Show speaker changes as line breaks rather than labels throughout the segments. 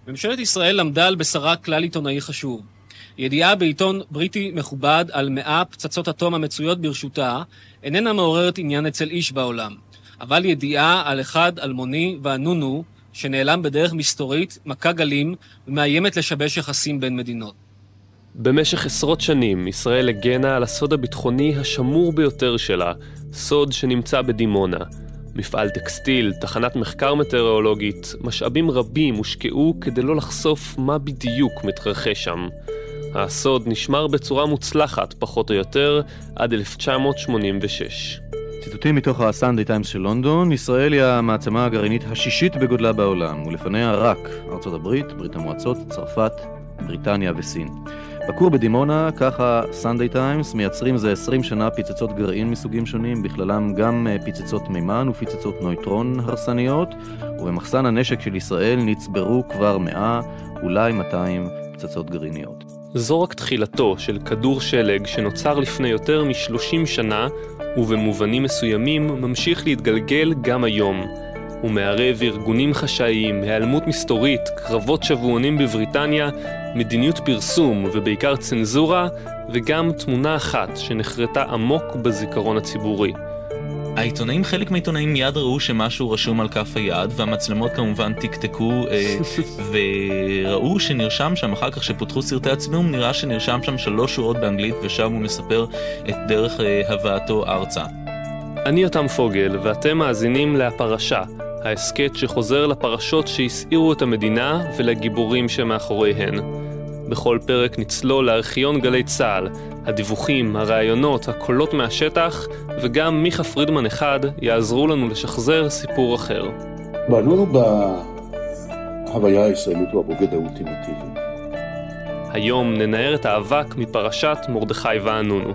ממשלת ישראל למדה על בשרה כלל עיתונאי חשוב. ידיעה בעיתון בריטי מכובד על 100 פצצות אטום המצויות ברשותה איננה מעוררת עניין אצל איש בעולם. אבל ידיעה על אחד אלמוני ואנונו שנעלם בדרך מסתורית, מכה גלים ומאיימת לשבש יחסים בין מדינות.
במשך עשרות שנים ישראל הגנה על הסוד הביטחוני השמור ביותר שלה, סוד שנמצא בדימונה. מפעל טקסטיל, תחנת מחקר מטאורולוגית, משאבים רבים הושקעו כדי לא לחשוף מה בדיוק מתרחש שם. הסוד נשמר בצורה מוצלחת, פחות או יותר, עד 1986.
ציטוטים מתוך הסנדיי טיימס של לונדון. ישראל היא המעצמה הגרעינית השישית בגודלה בעולם, ולפניה רק ארצות הברית, ברית המועצות, צרפת, בריטניה וסין. בכור בדימונה, ככה סנדיי טיימס, מייצרים זה 20 שנה פיצצות גרעין מסוגים שונים, בכללם גם פיצצות מימן ופיצצות נויטרון הרסניות, ובמחסן הנשק של ישראל נצברו כבר 100, אולי 200 פצצות גרעיניות.
זו רק תחילתו של כדור שלג שנוצר לפני יותר מ-30 שנה, ובמובנים מסוימים ממשיך להתגלגל גם היום. הוא מערב ארגונים חשאיים, היעלמות מסתורית, קרבות שבועונים בבריטניה, מדיניות פרסום ובעיקר צנזורה, וגם תמונה אחת שנחרטה עמוק בזיכרון הציבורי.
העיתונאים, חלק מהעיתונאים מיד ראו שמשהו רשום על כף היד, והמצלמות כמובן תקתקו וראו שנרשם שם, אחר כך שפותחו סרטי הצילום, נראה שנרשם שם 3 שורות באנגלית, ושם הוא מספר את דרך הבאתו ארצה.
אני יותם פוגל, ואתם מאזינים להפרשה, ההסקט שחוזר לפרשות שהסעירו את המדינה ולגיבורים שמאחוריהן. בכל פרק נצלול לארכיון גלי צה"ל, הדיווחים, הרעיונות, הקולות מהשטח, וגם מיכה פרידמן אחד יעזרו לנו לשחזר סיפור אחר.
ואנונו בהוויה הישראלית הוא הבוגד האולטימטיבי.
היום ננער את האבק מפרשת מרדכי ואנונו.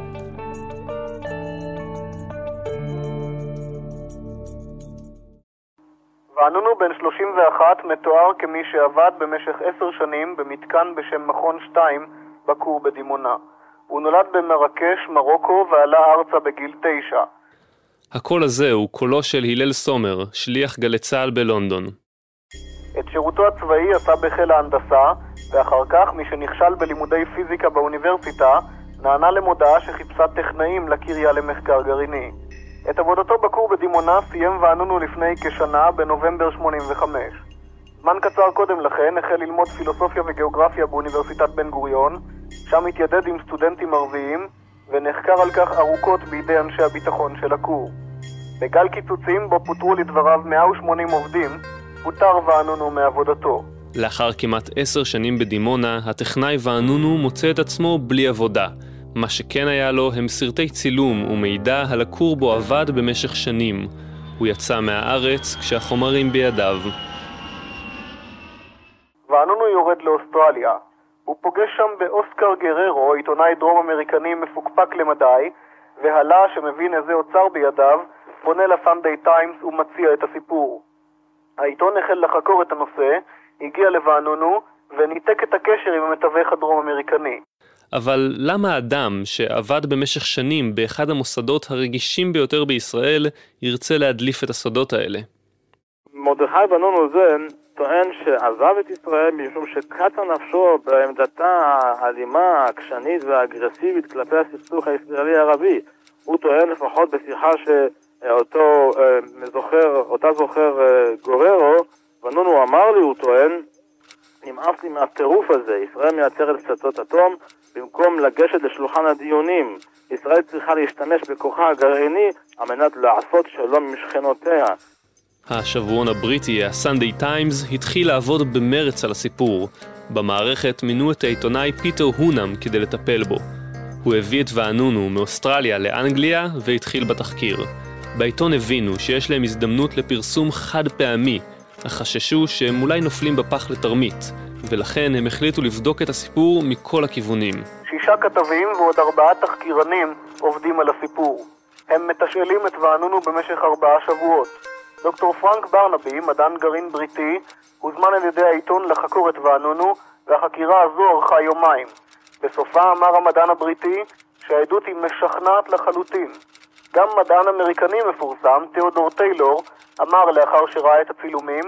ואנונו בן 31 מתואר כמי שעבד במשך 10 שנים במתקן בשם מכון 2 בכור בדימונה. הוא נולד במרקש, מרוקו, ועלה ארצה בגיל 9.
הקול הזה הוא קולו של הלל סומר, שליח גלי צה"ל בלונדון.
את שירותו הצבאי עשה בחיל ההנדסה, ואחר כך, מי שנכשל בלימודי פיזיקה באוניברסיטה, נענה למודעה שחיפשה טכנאים לקריה למחקר גרעיני. את עבודתו בכור בדימונה סיים ואנונו לפני כשנה בנובמבר 85. זמן קצר קודם לכן החל ללמוד פילוסופיה וגיאוגרפיה באוניברסיטת בן גוריון, שם התיידד עם סטודנטים ערביים ונחקר על כך ארוכות בידי אנשי הביטחון של הכור. בגל קיצוצים בו פוטרו לדבריו 180 עובדים, פוטר ואנונו מעבודתו.
לאחר כמעט 10 שנים בדימונה, הטכנאי ואנונו מוצא את עצמו בלי עבודה. מה שכן היה לו הם סרטי צילום ומידע על הכור בו עבד במשך שנים. הוא יצא מהארץ כשהחומרים בידיו.
ואנונו יורד לאוסטרליה. הוא פוגש שם באוסקר גררו, עיתונאי דרום אמריקני מפוקפק למדי, והלה שמבין איזה אוצר בידיו, פונה לסנדיי טיימס ומציע את הסיפור. העיתון החל לחקור את הנושא, הגיע לוואנונו וניתק את הקשר עם המתווך הדרום אמריקני.
אבל למה אדם שעבד במשך שנים באחד המוסדות הרגישים ביותר בישראל ירצה להדליף את הסודות האלה?
מרדכי ואנונו זה טוען שעזב את ישראל משום שקצה נפשו בעמדתה האלימה, העקשנית והאגרסיבית כלפי הסכסוך הישראלי-ערבי. הוא טוען לפחות בשיחה אותה זוכר גוררו, ואנונו אמר לי, הוא טוען, נמאס לי מהטירוף הזה, ישראל מייצרת פצצות אטום במקום לגשת לשולחן הדיונים. ישראל צריכה להשתמש בכוחה הגרעיני על מנת לעשות שלום עם שכנותיה.
השבועון הבריטי, הסנדיי טיימס, התחיל לעבוד במרץ על הסיפור. במערכת מינו את העיתונאי פיטר הונם כדי לטפל בו. הוא הביא את ואנונו מאוסטרליה לאנגליה והתחיל בתחקיר. בעיתון הבינו שיש להם הזדמנות לפרסום חד פעמי, אך חששו שהם אולי נופלים בפח לתרמית, ולכן הם החליטו לבדוק את הסיפור מכל הכיוונים.
6 כתבים ועוד 4 תחקירנים עובדים על הסיפור. הם מתשאלים את ואנונו במשך 4 שבועות. דוקטור פרנק ברנבי, מדען גרעין בריטי, הוזמן על ידי העיתון לחקור את ואנונו, והחקירה הזו ארכה יומיים. בסופה אמר המדען הבריטי שהעדות היא משכנעת לחלוטין. גם מדען אמריקני מפורסם, תיאודור טיילור, אמר לאחר שראה את הצילומים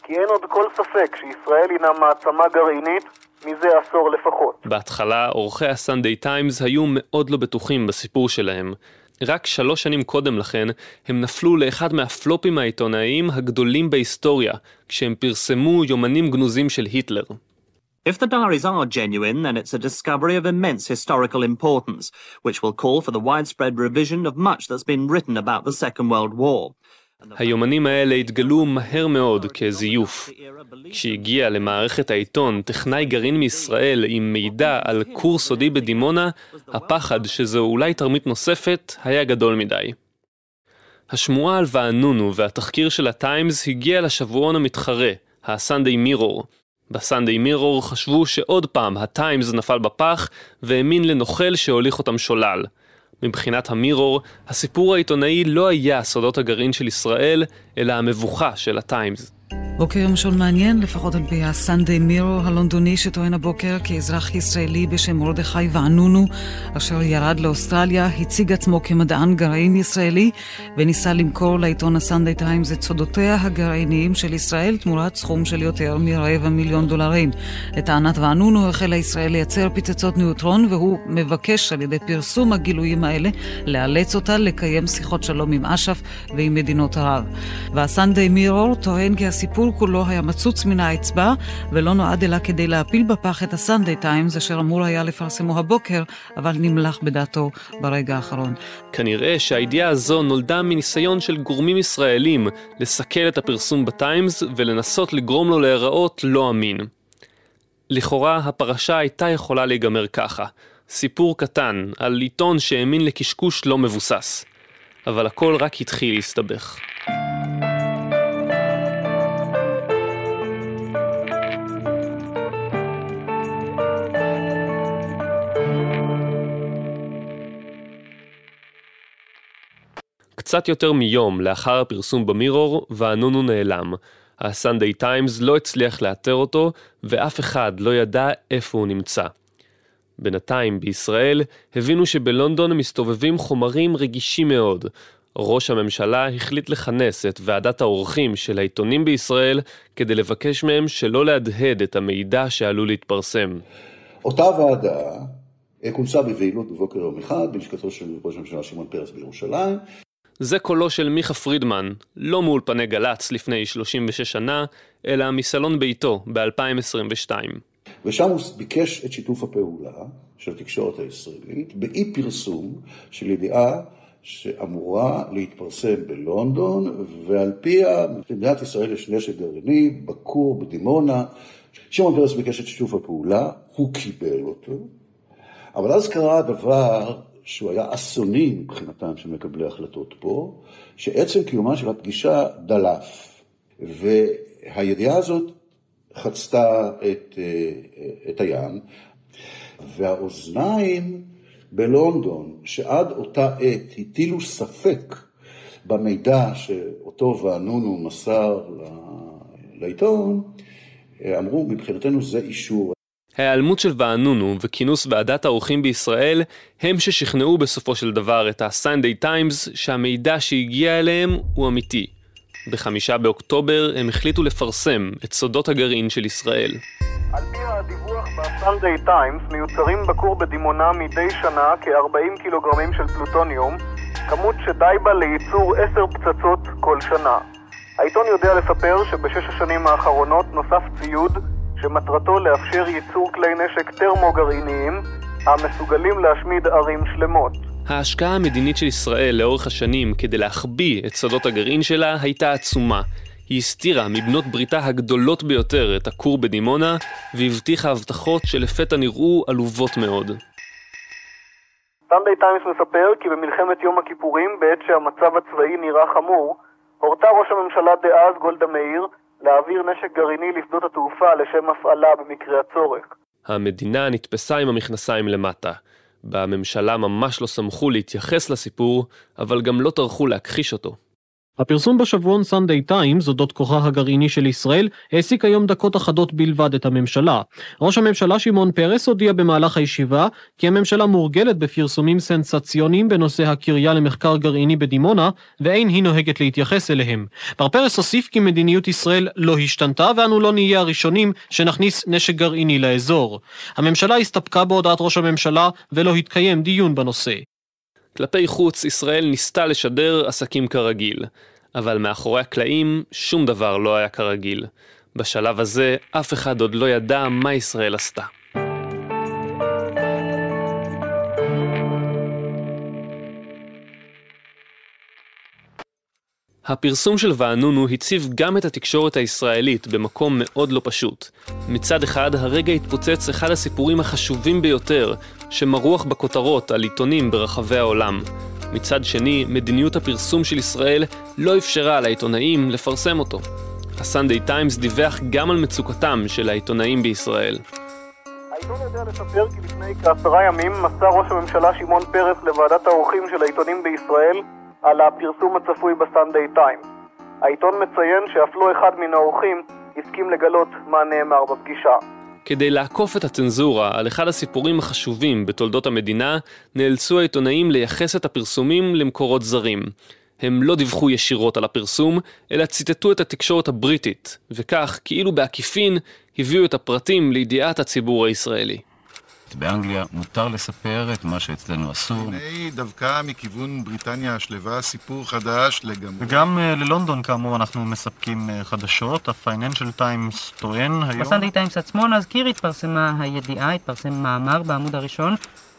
כי אין עוד כל ספק שישראל הינה מעצמה גרעינית מזה עשור לפחות.
בהתחלה, עורכי הסנדיי טיימס היו מאוד לא בטוחים בסיפור שלהם. רק 3 שנים קודם לכן, הם נפלו לאחד מהפלופים העיתונאיים הגדולים בהיסטוריה, כשהם פרסמו יומנים גנוזים של היטלר.
If the diaries are genuine, then it's a discovery of immense historical importance, which will call for the widespread revision of much that's been written about the Second World War.
היומנים האלה התגלו מהר מאוד כזיוף. כשהגיע למערכת העיתון טכנאי גרעין מישראל עם מידע על קור סודי בדימונה, הפחד שזו אולי תרמית נוספת היה גדול מדי. השמועה על וענונו והתחקיר של הטיימס הגיע לשבועון המתחרה, הסנדיי מירור. בסנדיי מירור חשבו שעוד פעם הטיימס נפל בפח והאמין לנוכל שהוליך אותם שולל. מבחינת המירור, הסיפור העיתונאי לא היה סודות הגרעין של ישראל, אלא המבוכה של הטיימס.
בוקר יום ראשון מעניין, לפחות על פי הסנדיי מירור הלונדוני שטוען הבוקר כי אזרח ישראלי בשם מרדכי וענונו, אשר ירד לאוסטרליה, הציג עצמו כמדען גרעין ישראלי, וניסה למכור לעיתון הסנדיי טיימס את סודותיה הגרעיניים של ישראל, תמורת סכום של יותר $250,000. לטענת וענונו, החלה ישראל לייצר פצצות ניוטרון, והוא מבקש על ידי פרסום הגילויים האלה, לאלץ אותה לקיים שיחות שלום עם אש"ף ועם מדינות ערב. והסנדיי מירור טוען כי הסיפור כולו היה מצוץ מן האצבע, ולא נועד אלא כדי להפיל בפח את הסנדיי טיימס, אשר אמור היה לפרסמו הבוקר, אבל נמלח בדעתו ברגע האחרון.
כנראה שהידיעה הזו נולדה מניסיון של גורמים ישראלים לסכל את הפרסום בטיימס ולנסות לגרום לו להיראות לא אמין. לכאורה הפרשה הייתה יכולה להיגמר ככה, סיפור קטן על עיתון שהאמין לקשקוש לא מבוסס. אבל הכל רק התחיל להסתבך. קצת יותר מיום לאחר הפרסום במירור, וענונו נעלם. הסנדיי טיימס לא הצליח לאתר אותו, ואף אחד לא ידע איפה הוא נמצא. בינתיים בישראל הבינו שבלונדון מסתובבים חומרים רגישים מאוד. ראש הממשלה החליט לכנס את ועדת העורכים של העיתונים בישראל, כדי לבקש מהם שלא להדהד את המידע שעלול להתפרסם.
אותה ועדה כונסה בבהילות בבוקר יום אחד, בלשכתו של ראש הממשלה שמעון פרס בירושלים.
זה קולו של מיכה פרידמן, לא מאולפני גלץ לפני 36 שנה, אלא מסלון ביתו ב-2022.
ושם הוא ביקש את שיתוף הפעולה של התקשורת הישראלית, באי פרסום של ידיעה שאמורה להתפרסם בלונדון, ועל פיה למדינת ישראל יש נשק גרעיני, בקור, בדימונה. שמעון פרס ביקש את שיתוף הפעולה, הוא קיבל אותו, אבל אז קרה הדבר שהוא היה אסוני מבחינתם של מקבלי החלטות פה, שעצם קיומה של הפגישה דלף, והידיעה הזאת חצתה את הים, והאוזניים בלונדון, שעד אותה עת הטילו ספק במידע שאותו וענונו מסר לעיתון, אמרו, מבחינתנו זה אישור.
ההיעלמות של וענונו וכינוס ועדת העורכים בישראל הם ששכנעו בסופו של דבר את הסנדיי טיימס שהמידע שהגיע אליהם הוא אמיתי. ב5 באוקטובר הם החליטו לפרסם את סודות הגרעין של ישראל.
על פי הדיווח בסנדיי טיימס מיוצרים בכור בדימונה מדי שנה כ-40 קילוגרמים של פלוטוניום, כמות שדי בה לייצור 10 פצצות כל שנה. העיתון יודע לספר שבשש השנים האחרונות נוסף ציוד שמטרתו לאפשר ייצור כלי נשק טרמו-גרעיניים המסוגלים להשמיד ערים שלמות.
ההשקעה המדינית של ישראל לאורך השנים כדי להחביא את סודות הגרעין שלה הייתה עצומה. היא הסתירה מבנות בריתה הגדולות ביותר את הכור בדימונה, והבטיחה הבטחות שלפתע נראו עלובות מאוד.
סנדיי טיימס מספר כי במלחמת יום הכיפורים, בעת שהמצב הצבאי נראה חמור, הורתה ראש הממשלה דאז גולדה מאיר להעביר נשק גרעיני לשדות התעופה לשם הפעלה במקרה הצורך.
המדינה נתפסה עם המכנסיים למטה. בממשלה ממש לא שמחו להתייחס לסיפור, אבל גם לא טרחו להכחיש אותו.
הפרסום בשבועון סנדיי טיימס, אודות כוחה הגרעיני של ישראל, העסיק היום דקות אחדות בלבד את הממשלה. ראש הממשלה שמעון פרס הודיע במהלך הישיבה כי הממשלה מורגלת בפרסומים סנסציוניים בנושא הקריה למחקר גרעיני בדימונה, ואין היא נוהגת להתייחס אליהם. מר פרס הוסיף כי מדיניות ישראל לא השתנתה, ואנו לא נהיה הראשונים שנכניס נשק גרעיני לאזור. הממשלה הסתפקה בהודעת ראש הממשלה ולא התקיים דיון בנושא.
כלפי חוץ, ישראל ניסתה לשדר עסקים כרגיל, אבל מאחורי הקלעים שום דבר לא היה כרגיל. בשלב הזה אף אחד עוד לא ידע מה ישראל עשתה. הפרסום של וענונו הציב גם את התקשורת הישראלית במקום מאוד לא פשוט. מצד אחד, הרגע התפוצץ אחד הסיפורים החשובים ביותר שמרוח בכותרות על עיתונים ברחבי העולם. מצד שני, מדיניות הפרסום של ישראל לא אפשרה לעיתונאים לפרסם אותו. הסנדיי טיימס דיווח גם על מצוקתם של העיתונאים בישראל.
העיתון יודע לספר כי לפני כ10 ימים מסר ראש הממשלה שמעון פרס לוועדת העורכים של העיתונים בישראל על הפרסום הצפוי בסנדיי טיימס. העיתון מציין שאף לא אחד מן העורכים הסכים לגלות מה נאמר בפגישה.
כדי לעקוף את הצנזורה על אחד הסיפורים החשובים בתולדות המדינה, נאלצו העיתונאים לייחס את הפרסומים למקורות זרים. הם לא דיווחו ישירות על הפרסום, אלא ציטטו את התקשורת הבריטית, וכך, כאילו בעקיפין, הביאו את הפרטים לידיעת הציבור הישראלי.
באנגליה מותר לספר את מה שאצלנו אסור.
הנה דווקא מכיוון בריטניה השלווה סיפור חדש לגמרי.
וגם ללונדון כאמור אנחנו מספקים חדשות. ה-Financial Times טוען היום...
בסנדיי טיימס עצמו נזכיר, התפרסמה הידיעה, התפרסם מאמר בעמוד הראשון.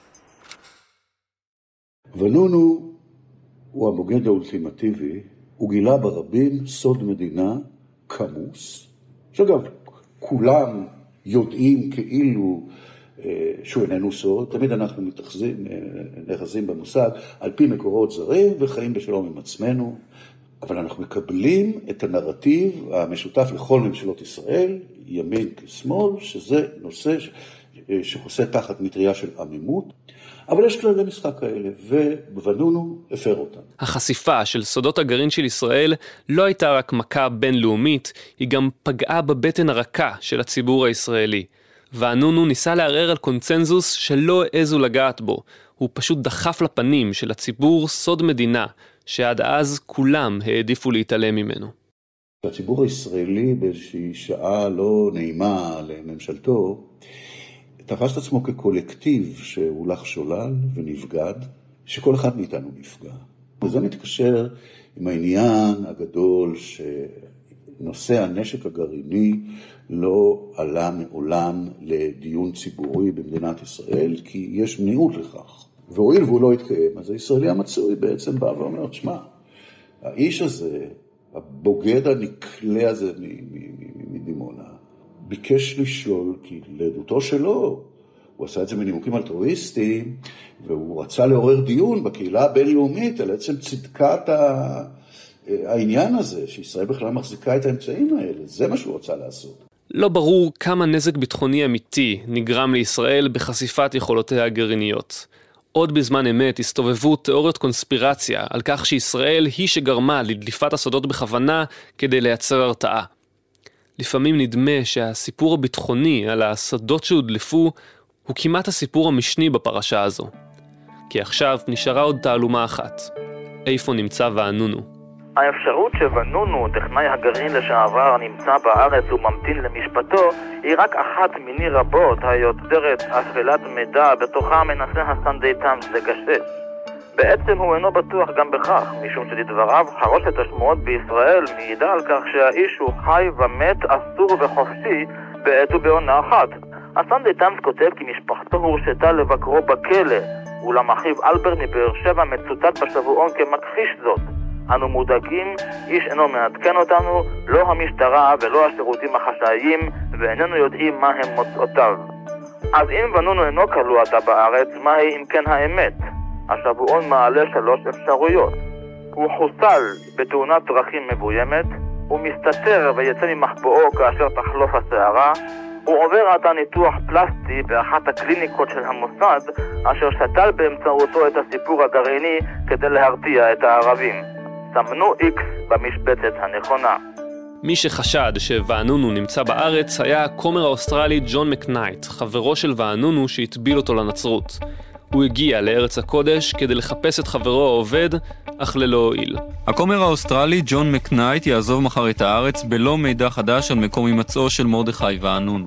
וענונו הוא הבוגד האולטימטיבי, הוא גילה ברבים סוד מדינה כמוס, שאגב כולם יודעים כאילו שהוא איננו סוד, תמיד אנחנו נחזים במושג על פי מקורות זרים וחיים בשלום עם עצמנו, אבל אנחנו מקבלים את הנרטיב המשותף לכל ממשלות ישראל, ימין כשמאל, שזה נושא שחוסה תחת מטריה של עמימות, אבל יש כללי משחק כאלה, ובוונונו הפר אותם.
החשיפה של סודות הגרעין של ישראל לא הייתה רק מכה בינלאומית, היא גם פגעה בבטן הרכה של הציבור הישראלי. וענונו ניסה לערער על קונצנזוס שלא העזו לגעת בו. הוא פשוט דחף לפנים של הציבור סוד מדינה, שעד אז כולם העדיפו להתעלם ממנו.
הציבור הישראלי באיזושהי שעה לא נעימה לממשלתו, תפס את עצמו כקולקטיב שהולך שולל ונפגד, שכל אחד מאיתנו נפגע. וזה מתקשר עם העניין הגדול שנושא הנשק הגרעיני לא עלה מעולם לדיון ציבורי במדינת ישראל, כי יש מניעות לכך. והואיל והוא לא התקיים, אז הישראלי המצוי בעצם בא ואומר, תשמע, האיש הזה, הבוגד הנקלה הזה מדימונה, ביקש לשלול, כי לעדותו שלו, הוא עשה את זה מנימוקים אלטרואיסטיים, והוא רצה לעורר דיון בקהילה הבינלאומית על עצם צדקת העניין הזה, שישראל בכלל מחזיקה את האמצעים האלה. זה מה שהוא רצה לעשות.
לא ברור כמה נזק ביטחוני אמיתי נגרם לישראל בחשיפת יכולותיה הגרעיניות. עוד בזמן אמת הסתובבו תיאוריות קונספירציה על כך שישראל היא שגרמה לדליפת הסודות בכוונה כדי לייצר הרתעה. לפעמים נדמה שהסיפור הביטחוני על הסודות שהודלפו הוא כמעט הסיפור המשני בפרשה הזו. כי עכשיו נשארה עוד תעלומה אחת. איפה נמצא וענונו?
האפשרות שוונונו, טכנאי הגרעין לשעבר, נמצא בארץ וממתין למשפטו, היא רק אחת מיני רבות היוצרת אפלת מידע בתוכה מנסה הסנדיי טיימס לגשש. בעצם הוא אינו בטוח גם בכך, משום שלדבריו חרושת השמועות בישראל מעידה על כך שהאיש הוא חי ומת, אסור וחופשי בעת ובעונה אחת. הסנדיי טיימס כותב כי משפחתו הורשתה לבקרו בכלא, אולם אחיו אלברט מבאר שבע מצוטט בשבועון כמכחיש זאת. אנו מודאגים, איש אינו מעדכן אותנו, לא המשטרה ולא השירותים החשאיים, ואיננו יודעים מה הם מוצאותיו. אז אם וענונו אינו כלוא עתה בארץ, מהי אם כן האמת? השבועון מעלה 3 אפשרויות. הוא חוסל בתאונת דרכים מבוימת, הוא מסתתר ויצא ממחבואו כאשר תחלוף השערה, הוא עובר עתה ניתוח פלסטי באחת הקליניקות של המוסד, אשר שתל באמצעותו את הסיפור הגרעיני כדי להרתיע את הערבים. סמנו X במשבצת הנכונה.
מי שחשד שוואנונו נמצא בארץ היה הכומר האוסטרלי ג'ון מקנייט, חברו של וואנונו שהטביל אותו לנצרות. הוא הגיע לארץ הקודש כדי לחפש את חברו העובד, אך ללא הועיל.
הכומר האוסטרלי ג'ון מקנייט יעזוב מחר את הארץ בלא מידע חדש על מקום הימצאו של מרדכי וואנונו.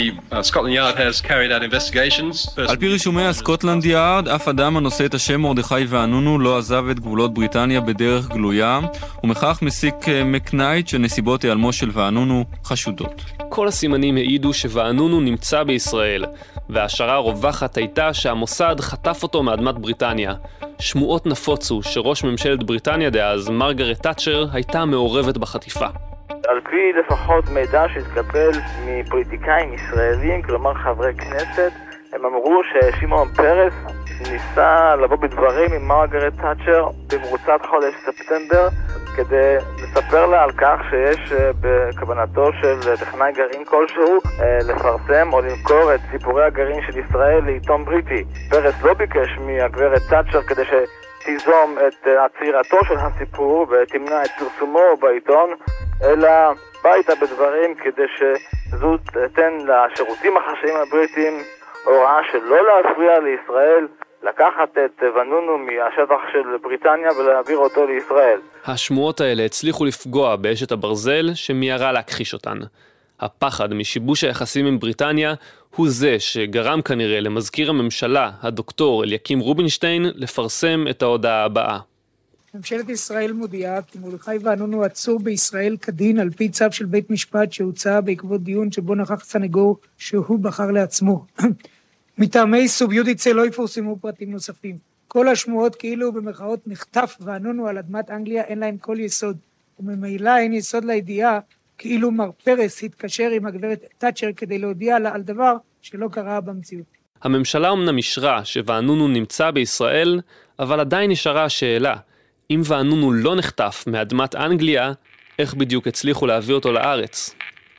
על פי רישומי הסקוטלנד יארד, אף אדם הנושא את השם מרדכי וואנונו לא עזב את גבולות בריטניה בדרך גלויה, ומכך מסיק מקנייט שנסיבות היעלמו של וואנונו חשודות.
כל הסימנים העידו שוואנונו נמצא בישראל, וההשערה הרווחת הייתה שהמוסד חטף אותו מאדמת בריטניה. שמועות נפוצו שראש ממשלת בריטניה דאז, מרגרט תאצ'ר, הייתה מעורבת בחטיפה.
על פי לפחות מידע שהתקבל מפוליטיקאים ישראלים, כלומר חברי כנסת, הם אמרו ששמעון פרס ניסה לבוא בדברים עם מרגרט תאצ'ר במרוצת חודש ספטמבר כדי לספר לה על כך שיש בכוונתו של טכנאי גרעין כלשהו לפרסם או למכור את סיפורי הגרעין של ישראל לעיתון בריטי. פרס לא ביקש מהגברת תאצ'ר כדי שתיזום את עצירתו של הסיפור ותמנע את פרסומו בעיתון, אלא בא איתה בדברים כדי שזו תתן לשירותים החשאיים הבריטיים הוראה שלא להפריע לישראל לקחת את וואנונו מהשטח של בריטניה ולהעביר אותו לישראל.
השמועות האלה הצליחו לפגוע באשת הברזל שמיירה להכחיש אותן. הפחד משיבוש היחסים עם בריטניה הוא זה שגרם כנראה למזכיר הממשלה, הדוקטור אליקים רובינשטיין, לפרסם את ההודעה הבאה.
ממשלת ישראל מודיעה כי מרדכי וואנונו עצור בישראל כדין על פי צו של בית משפט שהוצא בעקבות דיון שבו נכח סנגור שהוא בחר לעצמו. מטעמי סוביודיצה לא יפורסמו פרטים נוספים. כל השמועות כאילו במרכאות נחטף וואנונו על אדמת אנגליה אין להן כל יסוד, וממילא אין יסוד לידיעה כאילו מר פרס התקשר עם הגברת תאצ'ר כדי להודיע לה על דבר שלא קרה במציאות.
הממשלה אמנם אישרה שוואנונו נמצא בישראל, אבל עדיין נשארה השאלה, אם וואנונו לא נחטף מאדמת אנגליה, איך בדיוק הצליחו להביא אותו לארץ?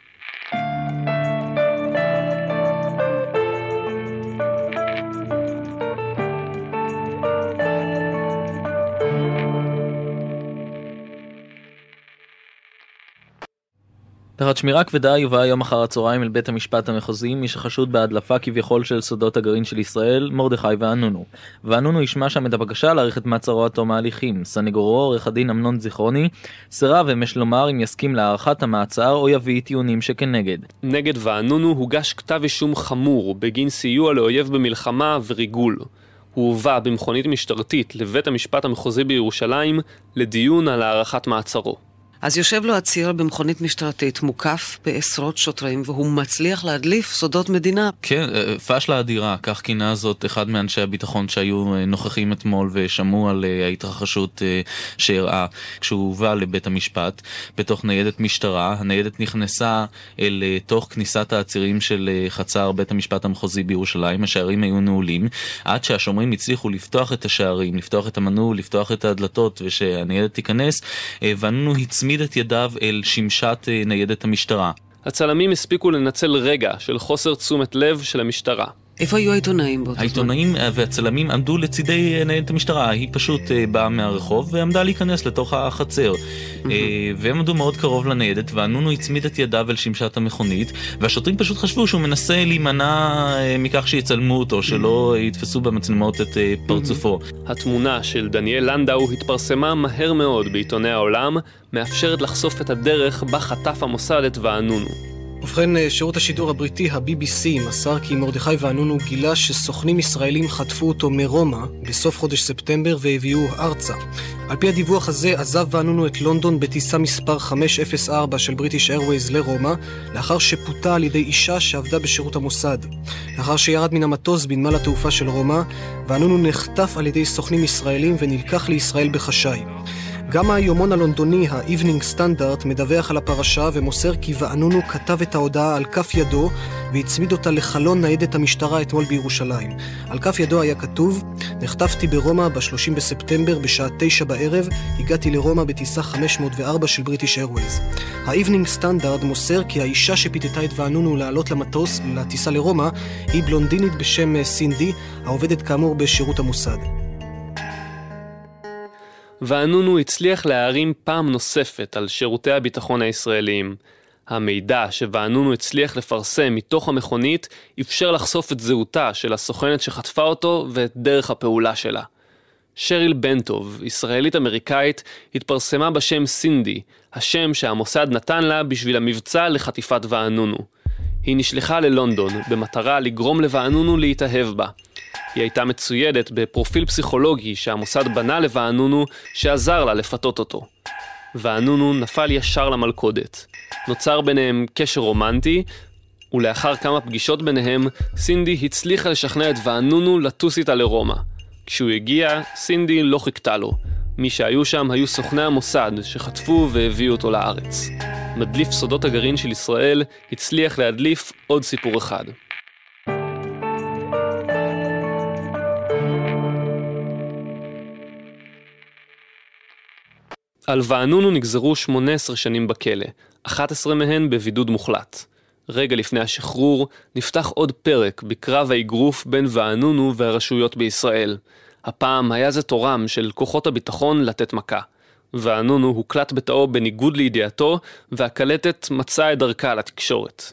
תחת שמירה כבדה יובא היום אחר הצהריים אל בית המשפט המחוזי מי שחשוד בהדלפה כביכול של סודות הגרעין של ישראל, מרדכי וואנונו. וואנונו ישמע שם את הבקשה להאריך את מעצרו עד תום ההליכים. סניגורו, עורך הדין אמנון זיכרוני, סירב אמש לומר אם יסכים להארכת המעצר או יביא טיעונים שכנגד.
נגד וואנונו הוגש כתב אישום חמור בגין סיוע לאויב במלחמה וריגול. הוא הובא במכונית משטרתית לבית המשפט המחוזי בירושלים לדיון על הארכת מעצרו.
אז יושב לו הציר במכונית משטרתית מוקף בעשרות שוטרים, והוא מצליח להדליף סודות מדינה.
כן, פשלה אדירה, כך כינה זאת אחד מאנשי הביטחון שהיו נוכחים אתמול ושמעו על ההתרחשות שהראה כשהוא הובא לבית המשפט בתוך ניידת משטרה. הניידת נכנסה אל תוך כניסת העצירים של חצר בית המשפט המחוזי בירושלים. השערים היו נעולים עד שהשומרים הצליחו לפתוח את השערים, לפתוח את המנעול, לפתוח את הדלתות ושהניידת תיכנס. וואנונו הצמיד את ידיו אל שמשת ניידת המשטרה.
הצלמים הספיקו לנצל רגע של חוסר תשומת לב של המשטרה.
איפה היו העיתונאים באותו?
העיתונאים והצלמים עמדו לצידי ניידת המשטרה. היא פשוט באה מהרחוב ועמדה להיכנס לתוך החצר. והם עמדו מאוד קרוב לניידת, וואנונו הצמיד את ידיו אל שמשת המכונית, והשוטרים פשוט חשבו שהוא מנסה להימנע מכך שיצלמו אותו, שלא יתפסו במצלמות את פרצופו.
התמונה של דניאל לנדאו התפרסמה מהר מאוד בעיתוני העולם, מאפשרת לחשוף את הדרך בה חטף המוסד את וואנונו.
ובכן, שירות השידור הבריטי, ה-BBC, מסר כי מרדכי וואנונו גילה שסוכנים ישראלים חטפו אותו מרומא בסוף חודש ספטמבר והביאו ארצה. על פי הדיווח הזה עזב וואנונו את לונדון בטיסה מספר 504 של בריטיש איירווייז לרומא, לאחר שפוטה על ידי אישה שעבדה בשירות המוסד. לאחר שירד מן המטוס בנמל התעופה של רומא, וואנונו נחטף על ידי סוכנים ישראלים ונלקח לישראל בחשאי. גם היומון הלונדוני, ה-Evening Standard, מדווח על הפרשה ומוסר כי וואנונו כתב את ההודעה על כף ידו והצמיד אותה לחלון ניידת המשטרה אתמול בירושלים. על כף ידו היה כתוב: נחטפתי ברומא ב-30 בספטמבר בשעה 9 בערב, הגעתי לרומא בטיסה 504 של בריטיש איירווייז. ה-Evening Standard מוסר כי האישה שפיתתה את וואנונו לעלות למטוס לטיסה לרומא היא בלונדינית בשם סינדי, העובדת כאמור בשירות המוסד.
ואנונו הצליח להרים פעם נוספת על שירותי הביטחון הישראליים. המידע שוואנונו הצליח לפרסם מתוך המכונית אפשר לחשוף את זהותה של הסוכנת שחטפה אותו ואת דרך הפעולה שלה. שריל בנטוב, ישראלית אמריקאית, התפרסמה בשם סינדי, השם שהמוסד נתן לה בשביל המבצע לחטיפת ואנונו. היא נשלחה ללונדון במטרה לגרום לוואנונו להתאהב בה. היא הייתה מצוידת בפרופיל פסיכולוגי שהמוסד בנה לוואנונו שעזר לה לפתות אותו. ואנונו נפל ישר למלכודת. נוצר ביניהם קשר רומנטי, ולאחר כמה פגישות ביניהם, סינדי הצליחה לשכנע את ואנונו לטוס איתה לרומא. כשהוא הגיע, סינדי לא חיכתה לו. מי שהיו שם היו סוכני המוסד שחטפו והביאו אותו לארץ. מדליף סודות הגרעין של ישראל הצליח להדליף עוד סיפור אחד. על ואנונו נגזרו 18 שנים בכלא, 11 מהן בבידוד מוחלט. רגע לפני השחרור נפתח עוד פרק בקרב האגרוף בין ואנונו והרשויות בישראל. הפעם היה זה תורם של כוחות הביטחון לתת מכה. ואנונו הוקלט בתאו בניגוד לידיעתו, והקלטת מצאה את דרכה לתקשורת.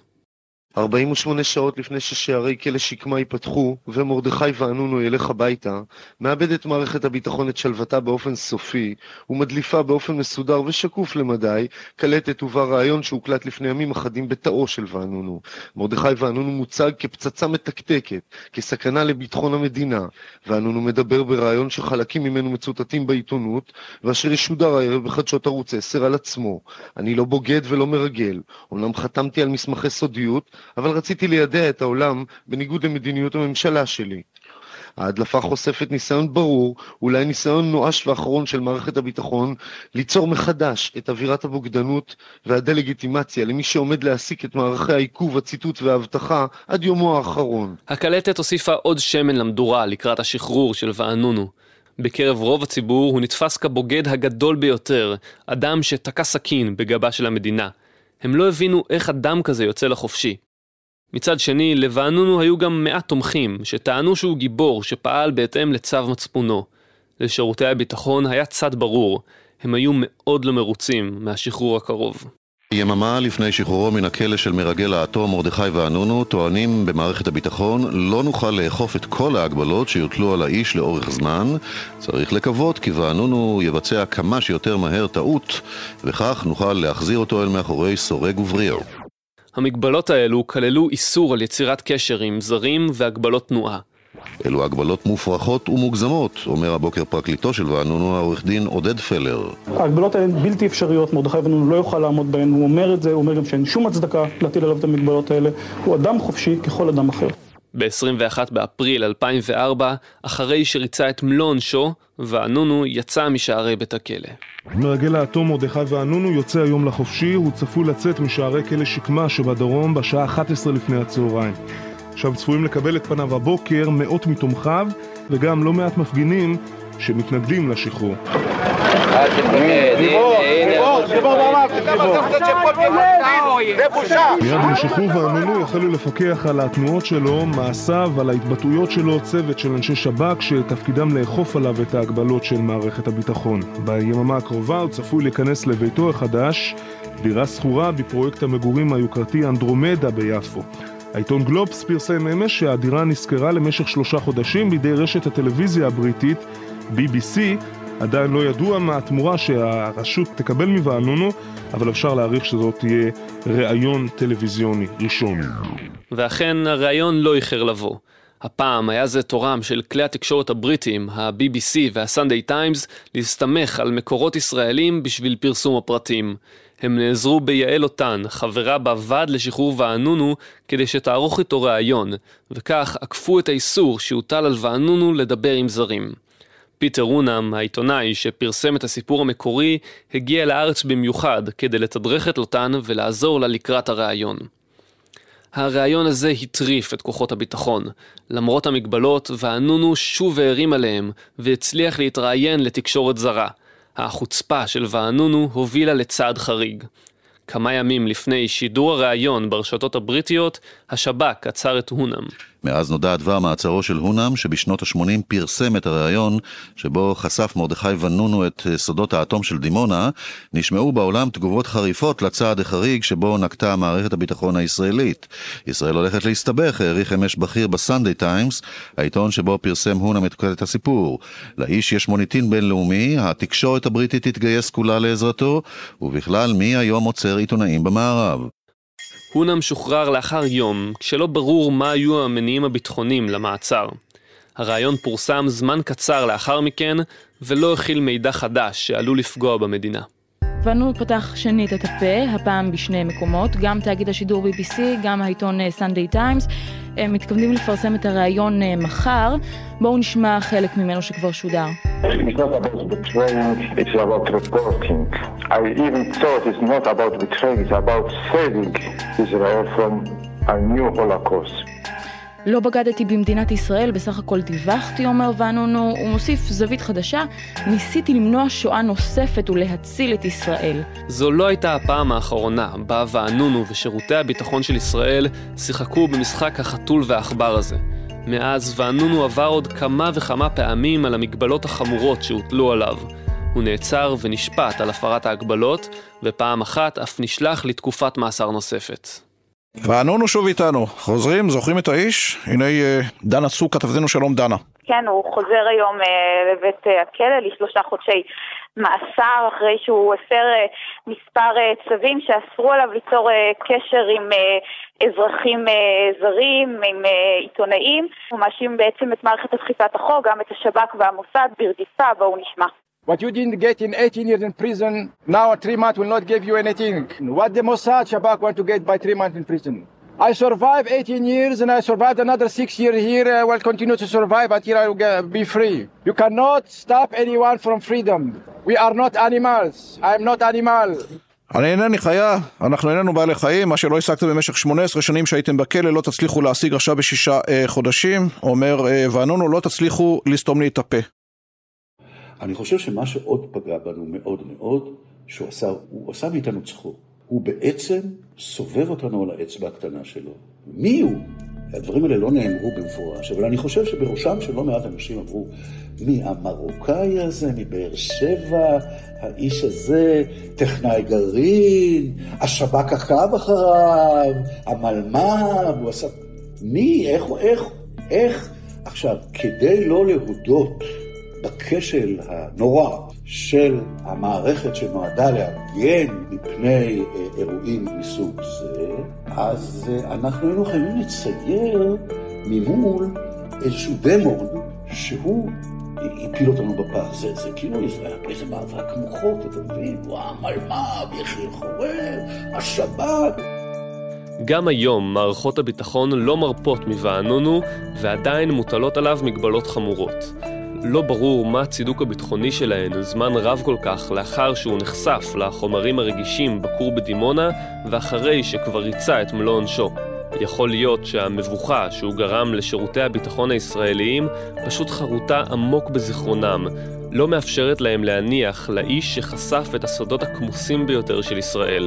48 שעות לפני ששערי כלא שקמה ייפתחו ומרדכי ואנונו ילך הביתה, מאבדת מערכת הביטחון את שלוותה באופן סופי ומדליפה באופן מסודר ושקוף למדי קלטת ובה רעיון שהוקלט לפני ימים אחדים בתאו של ואנונו. מרדכי ואנונו מוצג כפצצה מתקתקת, כסכנה לביטחון המדינה. ואנונו מדבר ברעיון שחלקים ממנו מצוטטים בעיתונות ואשר ישודר הערב בחדשות ערוץ 10 על עצמו. אני לא בוגד ולא מרגל, אומנם חתמתי על מסמכי סודיות, אבל רציתי לידע את העולם בניגוד למדיניות הממשלה שלי. ההדלפה חושפת ניסיון ברור, אולי ניסיון נואש ואחרון של מערכת הביטחון, ליצור מחדש את אווירת הבוגדנות והדלגיטימציה למי שעומד להסיק את מערכי העיכוב, הציטוט וההבטחה עד יומו האחרון.
הקלטת הוסיפה עוד שמן למדורה לקראת השחרור של ואנונו. בקרב רוב הציבור הוא נתפס כבוגד הגדול ביותר, אדם שתקע סכין בגבה של המדינה. הם לא הבינו איך אדם כזה יוצא לחופשי. מצד שני, לוואנונו היו גם 100 תומכים שטענו שהוא גיבור שפעל בהתאם לצו מצפונו. לשירותי הביטחון היה צד ברור, הם היו מאוד לא מרוצים מהשחרור הקרוב.
יממה לפני שחרורו מן הכלא של מרגל האטום מרדכי ואנונו טוענים במערכת הביטחון לא נוכל לאכוף את כל ההגבלות שיוטלו על האיש לאורך זמן. צריך לקוות כי ואנונו יבצע כמה שיותר מהר טעות וכך נוכל להחזיר אותו אל מאחורי סורג ובריאו.
המגבלות האלו כללו איסור על יצירת קשר עם זרים והגבלות תנועה.
אלו הגבלות מופרכות ומוגזמות, אומר הבוקר פרקליטו של ואנונו, העורך דין עודד פלר.
ההגבלות האלה בלתי אפשריות, מרדכי ואנונו לא יוכל לעמוד בהן, הוא אומר את זה, הוא אומר גם שאין שום הצדקה להטיל עליו את המגבלות האלה, הוא אדם חופשי ככל אדם אחר.
ב-21 באפריל 2004, אחרי שריצה את מלוא עונשו, ואנונו יצא משערי בית הכלא.
מרגל האטום מרדכי ואנונו יוצא היום לחופשי, הוא צפוי לצאת משערי כלא שקמה שבדרום בשעה 11 לפני הצהריים. עכשיו צפויים לקבל את פניו הבוקר מאות מתומכיו וגם לא מעט מפגינים שמתנגדים לשחרור. מיד עם השחרור ואנונו יחלו לפקח על התנועות שלו, מעשיו, על ההתבטאויות שלו, צוות של אנשי שב"כ שתפקידם לאכוף עליו את ההגבלות של מערכת הביטחון. ביממה הקרובה הוא צפוי להיכנס לביתו החדש, דירה סחורה בפרויקט המגורים היוקרתי אנדרומדה ביפו. העיתון גלובס פרסם אמש שהדירה נזכרה למשך 3 חודשים בידי רשת הטלוויזיה הבריטית BBC. עדיין לא ידוע מה התמורה שהרשות תקבל מוואנונו, אבל אפשר להעריך שזאת תהיה ראיון טלוויזיוני ראשון.
ואכן הראיון לא איחר לבוא. הפעם היה זה תורם של כלי התקשורת הבריטיים, ה-BBC וה-Sunday Times, להסתמך על מקורות ישראלים בשביל פרסום הפרטים. הם נעזרו ביעל אותן, חברה בוועד לשחרור ואנונו, כדי שתערוך איתו ראיון, וכך עקפו את האיסור שהוטל על ואנונו לדבר עם זרים. פיטר הונם, העיתונאי שפרסם את הסיפור המקורי, הגיע לארץ במיוחד כדי לתדרך את לוטן ולעזור לה לקראת הראיון. הראיון הזה הטריף את כוחות הביטחון. למרות המגבלות, ואנונו שוב הערים עליהם והצליח להתראיין לתקשורת זרה. החוצפה של ואנונו הובילה לצעד חריג. כמה ימים לפני שידור הראיון ברשתות הבריטיות, השב"כ עצר את הונם.
מאז נודע דבר מעצרו של הונם, שבשנות ה-80 פרסם את הראיון שבו חשף מרדכי ואנונו את סודות האטום של דימונה. נשמעו בעולם תגובות חריפות לצעד החריג שבו נקטה מערכת הביטחון הישראלית. ישראל הולכת להסתבך, העריך אמש בכיר בסנדיי טיימס, העיתון שבו פרסם הונם את הסיפור. לאיש יש מוניטין בינלאומי, התקשורת הבריטית תתגייס כולה לעזרתו, ובכלל מי היום עוצר עיתונאים במערב.
הונם שוחרר לאחר יום, כשלא ברור מה היו המניעים הביטחוניים למעצר. הרעיון פורסם זמן קצר לאחר מכן, ולא הכיל מידע חדש שעלול לפגוע במדינה.
ואנונו פתח שנית את הפה, הפעם בשני מקומות, גם תאגיד השידור BBC, גם העיתון סנדיי טיימס, הם מתכוונים לפרסם את הרעיון מחר. בואו נשמע חלק ממנו שכבר שודר.
It's not about betraying, it's about reporting. I even thought it's not about betraying, it's about saving Israel from a new Holocaust.
לא בגדתי במדינת ישראל, בסך הכל דיווחתי, אומר ואנונו. הוא מוסיף זווית חדשה, ניסיתי למנוע שואה נוספת ולהציל את ישראל.
זו לא הייתה הפעם האחרונה בה ואנונו ושירותי הביטחון של ישראל שיחקו במשחק החתול והאחבר הזה. מאז ואנונו עבר עוד כמה וכמה פעמים על המגבלות החמורות שהוטלו עליו. הוא נעצר ונשפט על הפרת ההגבלות, ופעם אחת אף נשלח לתקופת מאסר נוספת.
ואנונו שוב איתנו. חוזרים, זוכרים את האיש? הנה דנה צוק, כתבתנו. שלום דנה.
כן, הוא חוזר היום לבית הכלא ל3 חודשי מאסר, אחרי שהוא הפר מספר צווים שאסרו עליו ליצור קשר עם אזרחים זרים, עם עיתונאים. הוא מאשים בעצם את מערכת אכיפת החוק, גם את השב"כ והמוסד ברדיפה. בואו נשמע.
What you didn't get in 18 years in prison, now 3 months will not give you anything. What the Mossad Shabak want to get by 3 months in prison? I survived 18 years and I survived another 6 years here. I will continue to survive until I will be free. You cannot stop anyone from freedom. We are not animals. I am not animal.
אני אינני חיה, אנחנו איננו בעלי חיים, מה שלא השגתם במשך 18 שנים שהייתם בכלא, לא תצליחו להשיג עכשיו ב6 חודשים, אומר ואנונו, לא תצליחו לסתום לי את הפה.
אני חושב שמה שעוד פגע בנו מאוד מאוד, הוא עשה מאיתנו צחוק. הוא בעצם סובב אותנו על האצבע הקטנה שלו. מי הוא? הדברים האלה לא נאמרו במפורש, אבל אני חושב שבראשם של לא מעט אנשים אמרו, מי המרוקאי הזה, מבאר שבע, האיש הזה, טכנאי גרעין, השב"כ עקב אחריו, המלמ"ב, הוא עשה... מי? איך? עכשיו, כדי לא להודות בכשל הנורא של המערכת שנועדה להגן מפני אירועים מסוג זה, אז אנחנו היינו חייבים לצייר ממול איזשהו דמון שהוא הפיל אותנו בפח. זה כאילו איזה מאבק מוחות, אתה מבין? המלמ"ב, יחיל חורב, השב"כ.
גם היום מערכות הביטחון לא מרפות מוואנונו ועדיין מוטלות עליו מגבלות חמורות. לא ברור מה הצידוק הביטחוני שלהן זמן רב כל כך לאחר שהוא נחשף לחומרים הרגישים בכור בדימונה ואחרי שכבר ריצה את מלוא עונשו. יכול להיות שהמבוכה שהוא גרם לשירותי הביטחון הישראליים פשוט חרוטה עמוק בזיכרונם, לא מאפשרת להם להניח לאיש שחשף את הסודות הכמוסים ביותר של ישראל.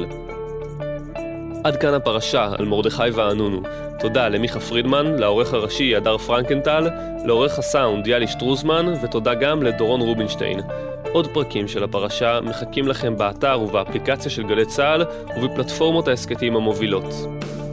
עד כאן הפרשה על מרדכי ואנונו. תודה למיכה פרידמן, לעורך הראשי אדר פרנקנטל, לעורך הסאונד יאלי שטרוזמן, ותודה גם לדורון רובינשטיין. עוד פרקים של הפרשה מחכים לכם באתר ובאפליקציה של גלי צהל ובפלטפורמות העסקתיים המובילות.